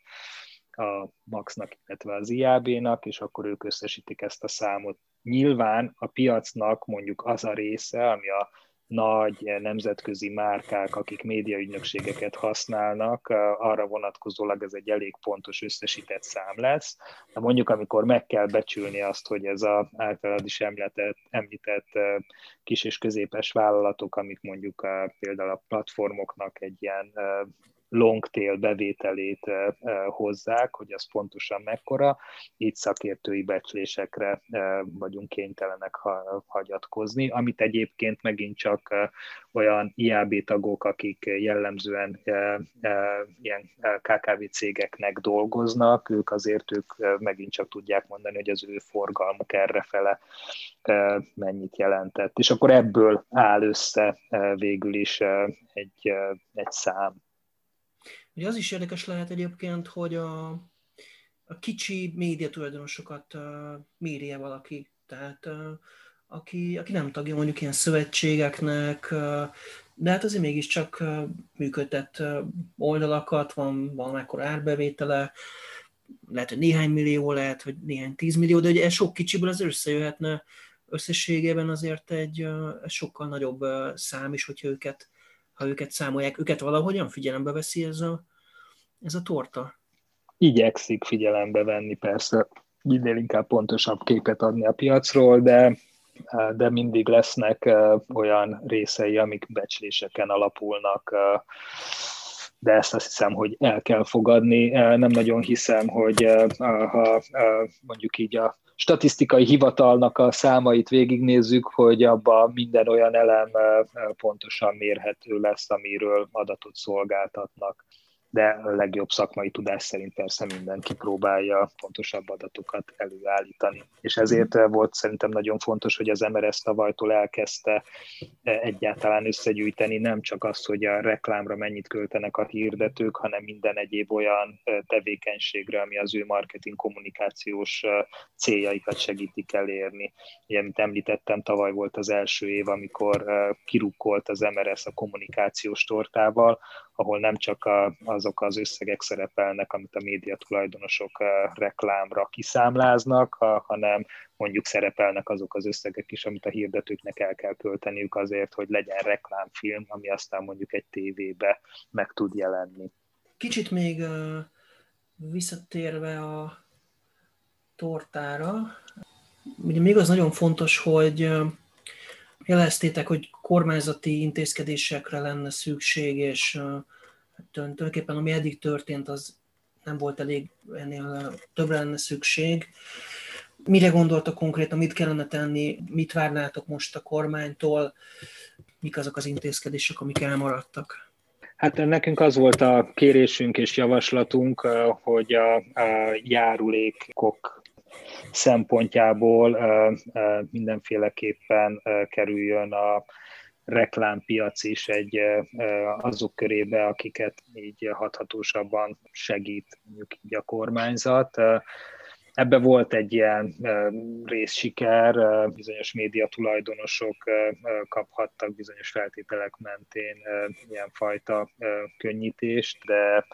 a Maxnak, illetve az IAB-nak, és akkor ők összesítik ezt a számot. Nyilván a piacnak mondjuk az a része, ami a nagy nemzetközi márkák, akik médiaügynökségeket használnak, arra vonatkozólag ez egy elég pontos összesített szám lesz. De mondjuk, amikor meg kell becsülni azt, hogy ez az általad is említett kis és középes vállalatok, amik mondjuk például a platformoknak egy ilyen long tail bevételét hozzák, hogy az pontosan mekkora, így szakértői becslésekre vagyunk kénytelenek hagyatkozni, amit egyébként megint csak olyan IAB tagok, akik jellemzően ilyen KKV cégeknek dolgoznak, ők megint csak tudják mondani, hogy az ő forgalmuk errefele mennyit jelentett. És akkor ebből áll össze végül is egy szám. Ugye az is érdekes lehet egyébként, hogy a kicsi médiatulajdonosokat mérje valaki. Tehát aki nem tagja mondjuk ilyen szövetségeknek, de hát azért mégiscsak működtet oldalakat, van valamekkora árbevétele, lehet, hogy néhány millió, lehet, hogy néhány 10 millió, de ugye ez sok kicsiből az összejöhetne összességében azért egy sokkal nagyobb szám is, hogyha őket számolják, őket valahogyan figyelembe veszi ez a torta? Igyekszik figyelembe venni, persze minél inkább pontosabb képet adni a piacról, de mindig lesznek olyan részei, amik becsléseken alapulnak, de ezt azt hiszem, hogy el kell fogadni. Nem nagyon hiszem, hogy ha mondjuk így a statisztikai hivatalnak a számait végignézzük, hogy abban minden olyan elem pontosan mérhető lesz, amiről adatot szolgáltatnak. De a legjobb szakmai tudás szerint persze mindenki próbálja pontosabb adatokat előállítani. És ezért volt szerintem nagyon fontos, hogy az MRS tavalytól elkezdte egyáltalán összegyűjteni nem csak azt, hogy a reklámra mennyit költenek a hirdetők, hanem minden egyéb olyan tevékenységre, ami az ő marketing kommunikációs céljaikat segítik elérni. Ugye, mint említettem, tavaly volt az első év, amikor kirukkolt az MRS a kommunikációs tortával, ahol nem csak azok az összegek szerepelnek, amit a médiatulajdonosok reklámra kiszámláznak, hanem mondjuk szerepelnek azok az összegek is, amit a hirdetőknek el kell költeniük azért, hogy legyen reklámfilm, ami aztán mondjuk egy tévébe meg tud jelenni. Kicsit még visszatérve a tortára, ugye még az nagyon fontos, hogy jeleztétek, hogy kormányzati intézkedésekre lenne szükség, és tulajdonképpen ami eddig történt, az nem volt elég, ennél többre lenne szükség. Mire gondoltok konkrétan, mit kellene tenni, mit várnátok most a kormánytól, mik azok az intézkedések, amik elmaradtak? Hát nekünk az volt a kérésünk és javaslatunk, hogy a járulékok szempontjából mindenféleképpen kerüljön a reklámpiac is azok körébe, akiket így hathatósabban segít mondjuk így a kormányzat. Ebbe volt egy ilyen részsiker, bizonyos médiatulajdonosok kaphattak bizonyos feltételek mentén ilyenfajta könnyítést, de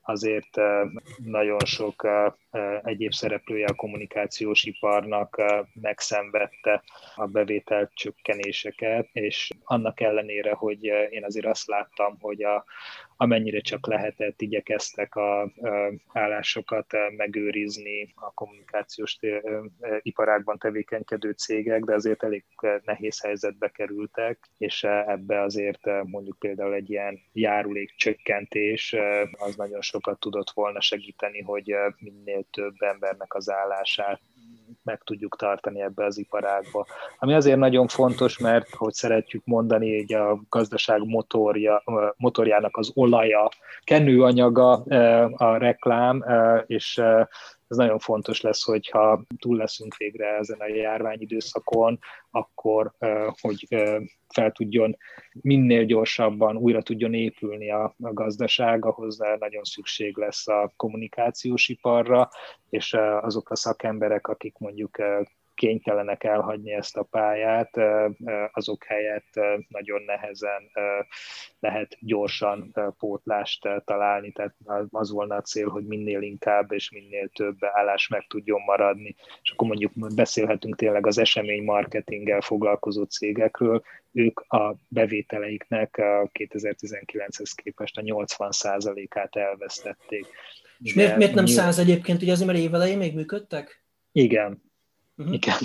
azért nagyon sok egyéb szereplője a kommunikációs iparnak megszenvedte a bevétel csökkenéseket, és annak ellenére, hogy én azért azt láttam, hogy amennyire csak lehetett, igyekeztek a állásokat megőrizni a kommunikációs iparágban tevékenykedő cégek, de azért elég nehéz helyzetbe kerültek, és ebbe azért mondjuk például egy ilyen járulékcsökkentés az nagyon sokat tudott volna segíteni, hogy minél több embernek az állását meg tudjuk tartani ebbe az iparágba. Ami azért nagyon fontos, mert, hogy szeretjük mondani, hogy a gazdaság motorjának az olaja, kenőanyaga a reklám, és ez nagyon fontos lesz, hogyha túl leszünk végre ezen a járványidőszakon, akkor, hogy fel tudjon minél gyorsabban újra tudjon épülni a gazdaság, ahhoz nagyon szükség lesz a kommunikációs iparra, és azok a szakemberek, akik mondjuk kénytelenek elhagyni ezt a pályát, azok helyett nagyon nehezen lehet gyorsan pótlást találni, tehát az volna a cél, hogy minél inkább és minél több állás meg tudjon maradni. És akkor mondjuk beszélhetünk tényleg az eseménymarketinggel foglalkozó cégekről, ők a bevételeiknek a 2019-hez képest a 80%-át elvesztették. És miért nem 100 egyébként, ugye azért, mert évelején még működtek? Igen. Igen,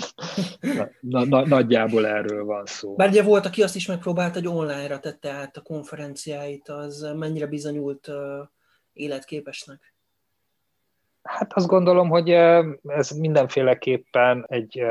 nagyjából erről van szó. Bár ugye volt, aki azt is megpróbált, hogy online-ra tette át a konferenciáit, az mennyire bizonyult életképesnek? Hát azt gondolom, hogy ez mindenféleképpen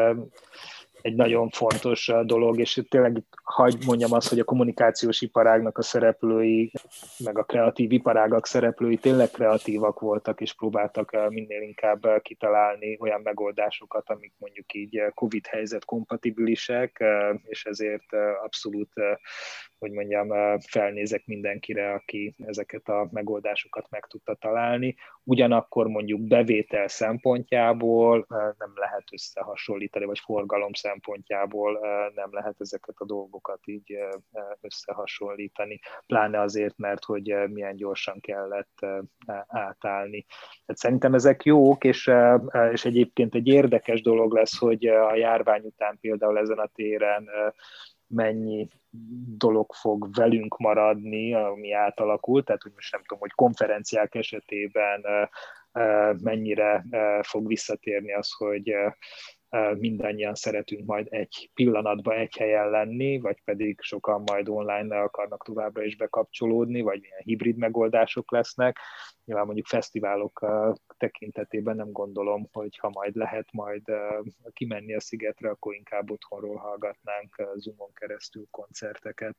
egy nagyon fontos dolog, és tényleg hadd mondjam azt, hogy a kommunikációs iparágnak a szereplői, meg a kreatív iparágak szereplői tényleg kreatívak voltak, és próbáltak minél inkább kitalálni olyan megoldásokat, amik mondjuk így Covid helyzet kompatibilisek, és ezért abszolút, hogy mondjam, felnézek mindenkire, aki ezeket a megoldásokat meg tudta találni. Ugyanakkor mondjuk bevétel szempontjából nem lehet összehasonlítani, vagy forgalom szempontjából nem lehet ezeket a dolgokat így összehasonlítani. Pláne azért, mert hogy milyen gyorsan kellett átállni. Tehát szerintem ezek jók, és egyébként egy érdekes dolog lesz, hogy a járvány után például ezen a téren mennyi dolog fog velünk maradni, ami átalakult, tehát hogy most nem tudom, hogy konferenciák esetében mennyire fog visszatérni az, hogy mindannyian szeretünk majd egy pillanatban egy helyen lenni, vagy pedig sokan majd online akarnak továbbra is bekapcsolódni, vagy milyen hibrid megoldások lesznek. Nyilván mondjuk fesztiválok tekintetében nem gondolom, hogy ha majd lehet majd kimenni a szigetre, akkor inkább otthonról hallgatnánk Zoomon keresztül koncerteket.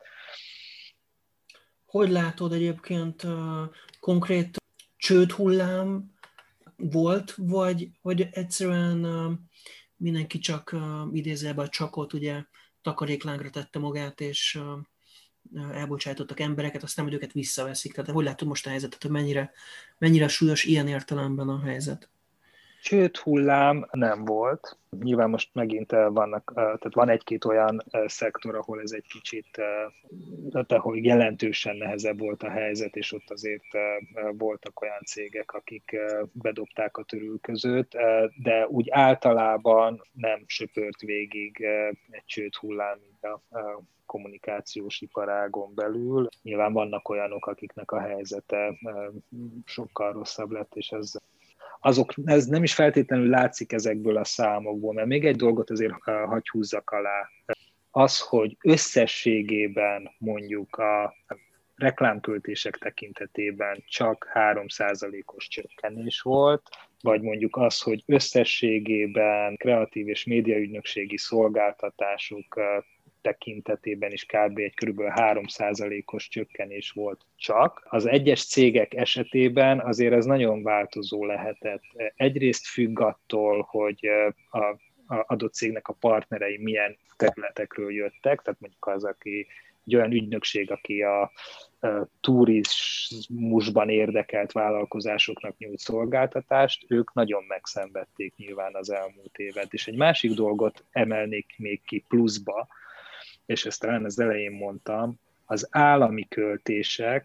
Hogy látod egyébként konkrét csődhullám volt, vagy egyszerűen mindenki csak idézőjelben csak ott ugye takaréklángra tette magát, és elbocsátottak embereket, aztán hogy őket visszaveszik. Tehát hogy látod most a helyzetet, hogy mennyire súlyos ilyen értelemben a helyzet? Csődhullám nem volt. Nyilván most megint vannak, tehát van egy-két olyan szektor, ahol ez egy kicsit, ahol jelentősen nehezebb volt a helyzet, és ott azért voltak olyan cégek, akik bedobták a törülközőt, de úgy általában nem söpört végig egy csődhullám a kommunikációs iparágon belül. Nyilván vannak olyanok, akiknek a helyzete sokkal rosszabb lett, és ez nem is feltétlenül látszik ezekből a számokból, mert még egy dolgot azért hagy húzzak alá. Az, hogy összességében mondjuk a reklámköltések tekintetében csak 3%-os csökkenés volt, vagy mondjuk az, hogy összességében kreatív és médiaügynökségi szolgáltatások tekintetében is kb. Egy kb. 3%-os csökkenés volt csak. Az egyes cégek esetében azért ez nagyon változó lehetett. Egyrészt függ attól, hogy az adott cégnek a partnerei milyen területekről jöttek, tehát mondjuk az, aki egy olyan ügynökség, aki a turizmusban érdekelt vállalkozásoknak nyújt szolgáltatást, ők nagyon megszenvedték nyilván az elmúlt évet. És egy másik dolgot emelnék még ki pluszba, és ezt talán az elején mondtam, az állami költések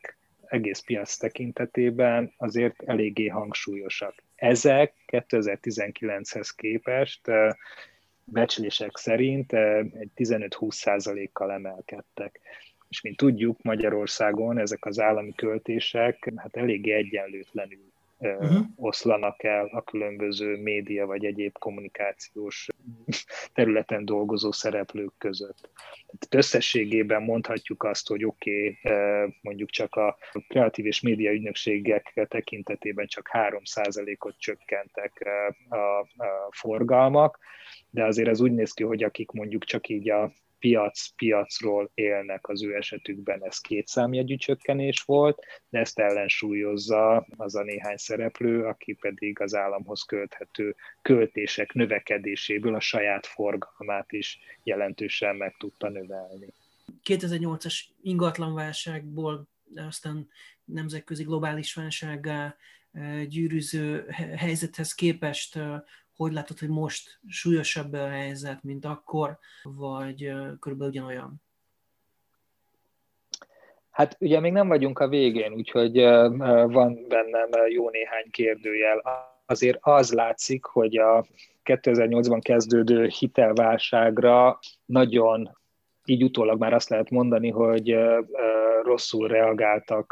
egész piac tekintetében azért eléggé hangsúlyosak. Ezek 2019-hez képest becslések szerint egy 15-20%-kal emelkedtek. És mint tudjuk, Magyarországon ezek az állami költések hát eléggé egyenlőtlenül oszlanak el a különböző média vagy egyéb kommunikációs területen dolgozó szereplők között. Tehát összességében mondhatjuk azt, hogy mondjuk csak a kreatív és média ügynökségek tekintetében csak 3%-ot csökkentek a forgalmak, de azért ez úgy néz ki, hogy akik mondjuk csak így a piacról élnek, az ő esetükben ez 2 számjegyű csökkenés volt, de ezt ellensúlyozza az a néhány szereplő, aki pedig az államhoz költhető költések növekedéséből a saját forgalmát is jelentősen meg tudta növelni. 2008-as ingatlanválságból aztán nemzetközi globális válsággá gyűrűző helyzethez képest hogy látod, hogy most súlyosabb a helyzet, mint akkor, vagy körülbelül ugyanolyan? Hát ugye még nem vagyunk a végén, úgyhogy van bennem jó néhány kérdőjel. Azért az látszik, hogy a 2008-ban kezdődő hitelválságra nagyon, így utólag már azt lehet mondani, hogy rosszul reagáltak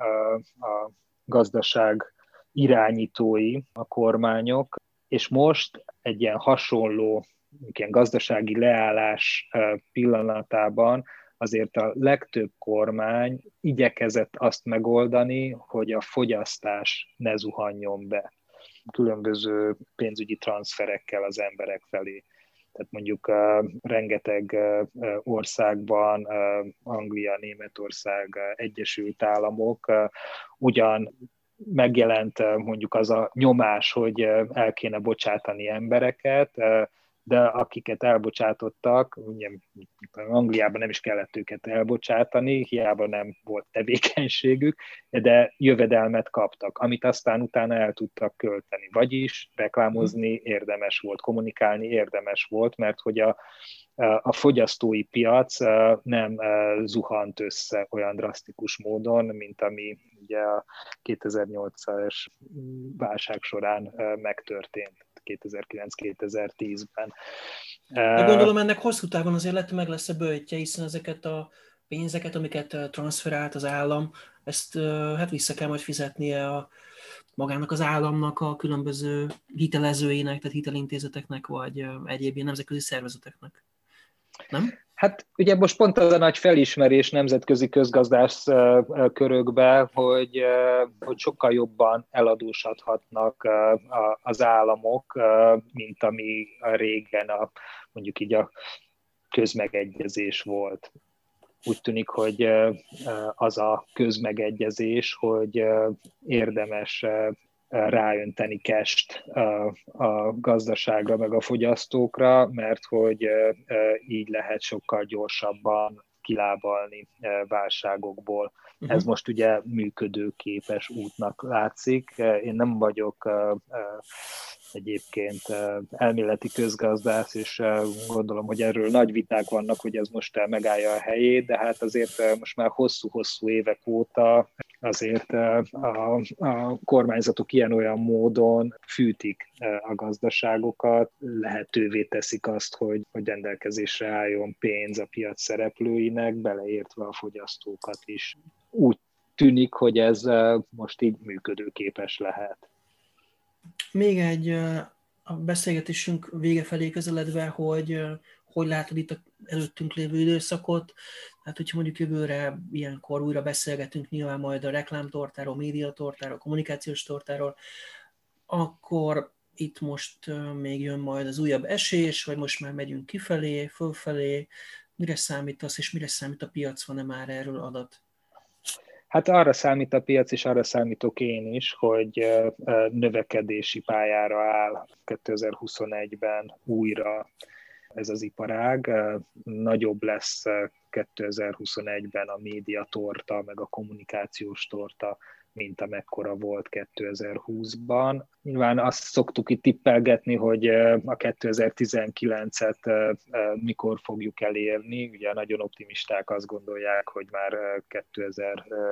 a gazdaság irányítói, a kormányok, és most egy ilyen hasonló, ilyen gazdasági leállás pillanatában azért a legtöbb kormány igyekezett azt megoldani, hogy a fogyasztás ne zuhanjon be különböző pénzügyi transferekkel az emberek felé. Tehát mondjuk rengeteg országban, Anglia, Németország, Egyesült Államok ugyan megjelent mondjuk az a nyomás, hogy el kéne bocsátani embereket, de akiket elbocsátottak, ugye Angliában nem is kellett őket elbocsátani, hiába nem volt tevékenységük, de jövedelmet kaptak, amit aztán utána el tudtak költeni. Vagyis reklámozni érdemes volt, kommunikálni érdemes volt, mert hogy a fogyasztói piac nem zuhant össze olyan drasztikus módon, mint ami ugye a 2008-as válság során megtörtént. 2009-2010-ben. De gondolom ennek hosszú távon azért meg lesz a böjtje, hiszen ezeket a pénzeket, amiket transferált az állam, ezt hát vissza kell majd fizetnie magának az államnak, a különböző hitelezőinek, tehát hitelintézeteknek, vagy egyéb ilyen nemzetközi szervezeteknek. Nem? Hát ugye most pont az a nagy felismerés nemzetközi közgazdász körökben, hogy sokkal jobban eladósodhatnak az államok, mint ami régen mondjuk így a közmegegyezés volt. Úgy tűnik, hogy az a közmegegyezés, hogy érdemes ráönteni cash-t a gazdaságra, meg a fogyasztókra, mert hogy így lehet sokkal gyorsabban kilábalni válságokból. Ez most ugye működőképes útnak látszik. Én nem vagyok egyébként elméleti közgazdász, és gondolom, hogy erről nagy viták vannak, hogy ez most megállja a helyét, de hát azért most már hosszú-hosszú évek óta azért a kormányzatok ilyen-olyan módon fűtik a gazdaságokat, lehetővé teszik azt, hogy rendelkezésre álljon pénz a piac szereplőinek, beleértve a fogyasztókat is. Úgy tűnik, hogy ez most így működőképes lehet. Még egy a beszélgetésünk vége felé közeledve, hogy látod itt a előttünk lévő időszakot, tehát hogyha mondjuk jövőre ilyenkor újra beszélgetünk nyilván majd a reklámtortáról, médiatortáról, kommunikációs tortáról, akkor itt most még jön majd az újabb esés, vagy most már megyünk kifelé, fölfelé, mire számítasz, és mire számít a piac, van-e már erről adat? Hát arra számít a piac, és arra számítok én is, hogy növekedési pályára áll 2021-ben újra ez az iparág. Nagyobb lesz 2021-ben a médiatorta, meg a kommunikációs torta, mint amekkora volt 2020-ban. Nyilván azt szoktuk itt tippelgetni, hogy a 2019-et mikor fogjuk elérni. Ugye nagyon optimisták azt gondolják, hogy már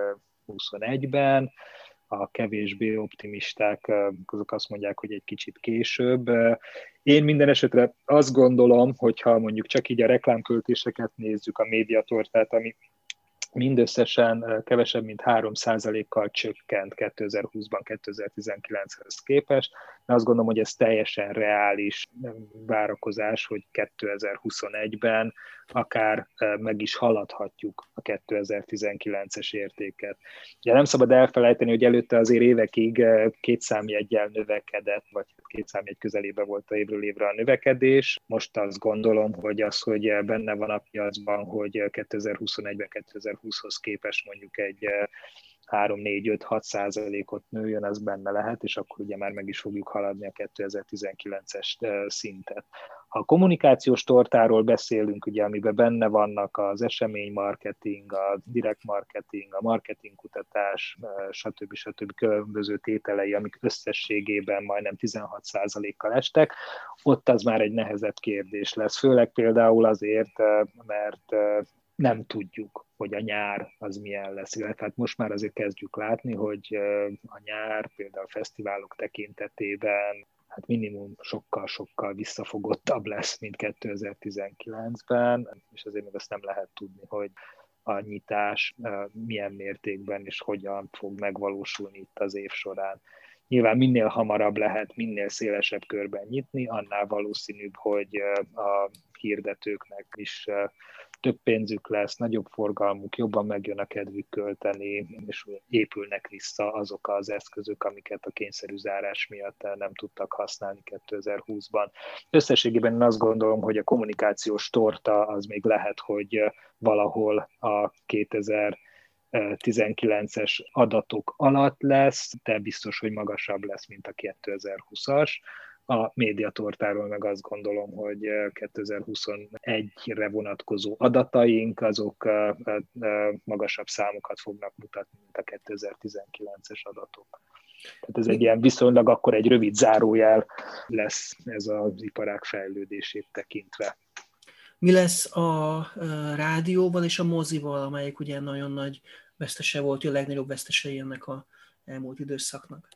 2021-ben, a kevésbé optimisták azok azt mondják, hogy egy kicsit később. Én minden esetre azt gondolom, hogyha mondjuk csak így a reklámköltéseket nézzük, a médiatortát, ami mindösszesen kevesebb, mint 3%-kal csökkent 2020-ban 2019-hez képest, de azt gondolom, hogy ez teljesen reális várakozás, hogy 2021-ben akár meg is haladhatjuk a 2019-es értéket. Ugye nem szabad elfelejteni, hogy előtte azért évekig két számjeggyel növekedett, vagy két számjegy közelébe volt a évről évre a növekedés. Most azt gondolom, hogy az, hogy benne van a piacban, hogy 2021-ben 2020-hoz képest mondjuk egy 3-4-5-6%-ot nőjön, az benne lehet, és akkor ugye már meg is fogjuk haladni a 2019-es szintet. Ha a kommunikációs tortáról beszélünk, ugye, amiben benne vannak az eseménymarketing, a direkt marketing, a marketingkutatás, stb. Különböző tételei, amik összességében majdnem 16%-kal estek, ott az már egy nehezebb kérdés lesz. Főleg például azért, mert nem tudjuk, hogy a nyár az milyen lesz. Illetve hát most már azért kezdjük látni, hogy a nyár például a fesztiválok tekintetében hát minimum sokkal-sokkal visszafogottabb lesz, mint 2019-ben, és azért még azt nem lehet tudni, hogy a nyitás milyen mértékben és hogyan fog megvalósulni itt az év során. Nyilván minél hamarabb lehet, minél szélesebb körben nyitni, annál valószínűbb, hogy a hirdetőknek is több pénzük lesz, nagyobb forgalmuk, jobban megjön a kedvük költeni, és épülnek vissza azok az eszközök, amiket a kényszerű zárás miatt nem tudtak használni 2020-ban. Összességében én azt gondolom, hogy a kommunikációs torta az még lehet, hogy valahol a 2019-es adatok alatt lesz, de biztos, hogy magasabb lesz, mint a 2020-as. A médiatortáról meg azt gondolom, hogy 2021-re vonatkozó adataink, azok magasabb számokat fognak mutatni, mint a 2019-es adatok. Tehát ez egy ilyen viszonylag akkor egy rövid zárójel lesz ez az iparág fejlődését tekintve. Mi lesz a rádióval és a mozival, amelyik ugye nagyon nagy vesztese volt, a legnagyobb vesztesei ennek az elmúlt időszaknak?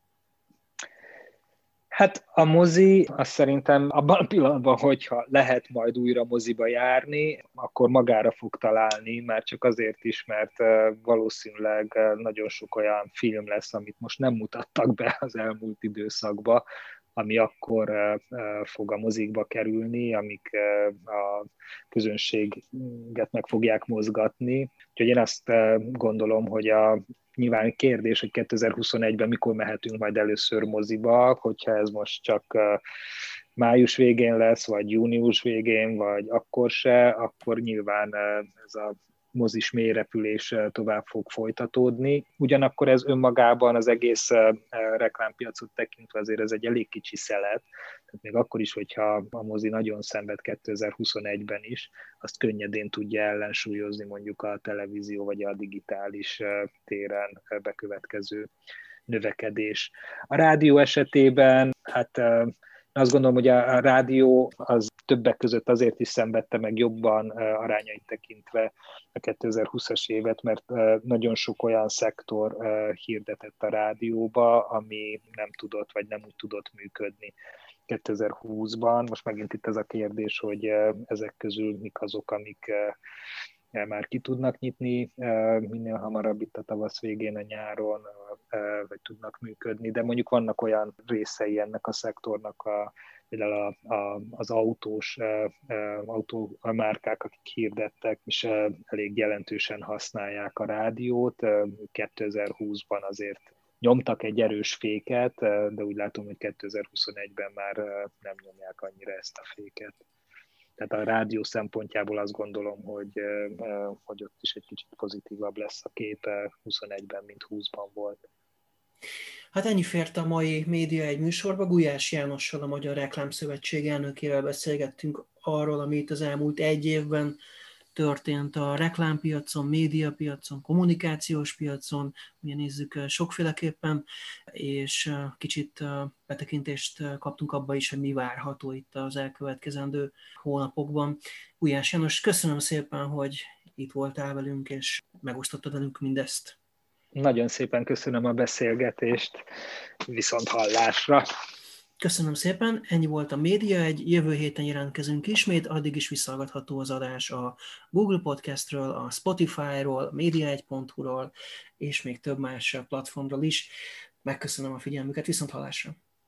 Hát a mozi, azt szerintem abban a pillanatban, hogyha lehet majd újra moziba járni, akkor magára fog találni, már csak azért is, mert valószínűleg nagyon sok olyan film lesz, amit most nem mutattak be az elmúlt időszakban, ami akkor fog a mozikba kerülni, amik a közönséget meg fogják mozgatni. Úgyhogy én azt gondolom, hogy nyilván kérdés, hogy 2021-ben mikor mehetünk majd először moziba, hogyha ez most csak május végén lesz, vagy június végén, vagy akkor se, akkor nyilván ez a mozis mélyrepülés tovább fog folytatódni. Ugyanakkor ez önmagában az egész reklámpiacot tekintve azért ez egy elég kicsi szelet, tehát még akkor is, hogyha a mozi nagyon szenved 2021-ben is, azt könnyedén tudja ellensúlyozni mondjuk a televízió vagy a digitális téren bekövetkező növekedés. A rádió esetében, hát azt gondolom, hogy a rádió az többek között azért is szenvedte meg jobban arányait tekintve a 2020-as évet, mert nagyon sok olyan szektor hirdetett a rádióba, ami nem tudott, vagy nem úgy tudott működni 2020-ban. Most megint itt ez a kérdés, hogy ezek közül mik azok, amik már ki tudnak nyitni minél hamarabb itt a tavasz végén, a nyáron, vagy tudnak működni, de mondjuk vannak olyan részei ennek a szektornak, például az autómárkák, akik hirdettek, és elég jelentősen használják a rádiót. 2020-ban azért nyomtak egy erős féket, de úgy látom, hogy 2021-ben már nem nyomják annyira ezt a féket. Tehát a rádió szempontjából azt gondolom, hogy ott is egy kicsit pozitívabb lesz a kép 21-ben, mint 20-ban volt. Hát ennyi fért a mai Média egy műsorba. Gulyás Jánossal, a Magyar Reklámszövetség elnökével beszélgettünk arról, amit az elmúlt egy évben történt a reklámpiacon, médiapiacon, kommunikációs piacon, ugye nézzük sokféleképpen, és kicsit betekintést kaptunk abba is, hogy mi várható itt az elkövetkezendő hónapokban. Gulyás János, köszönöm szépen, hogy itt voltál velünk, és megosztottad velünk mindezt. Nagyon szépen köszönöm a beszélgetést, viszont hallásra. Köszönöm szépen, ennyi volt a Média Egy, jövő héten jelentkezünk ismét, addig is visszahallgatható az adás a Google Podcastről, a Spotify-ról, média1.hu-ról, és még több más platformról is. Megköszönöm a figyelmüket, viszont hallásra!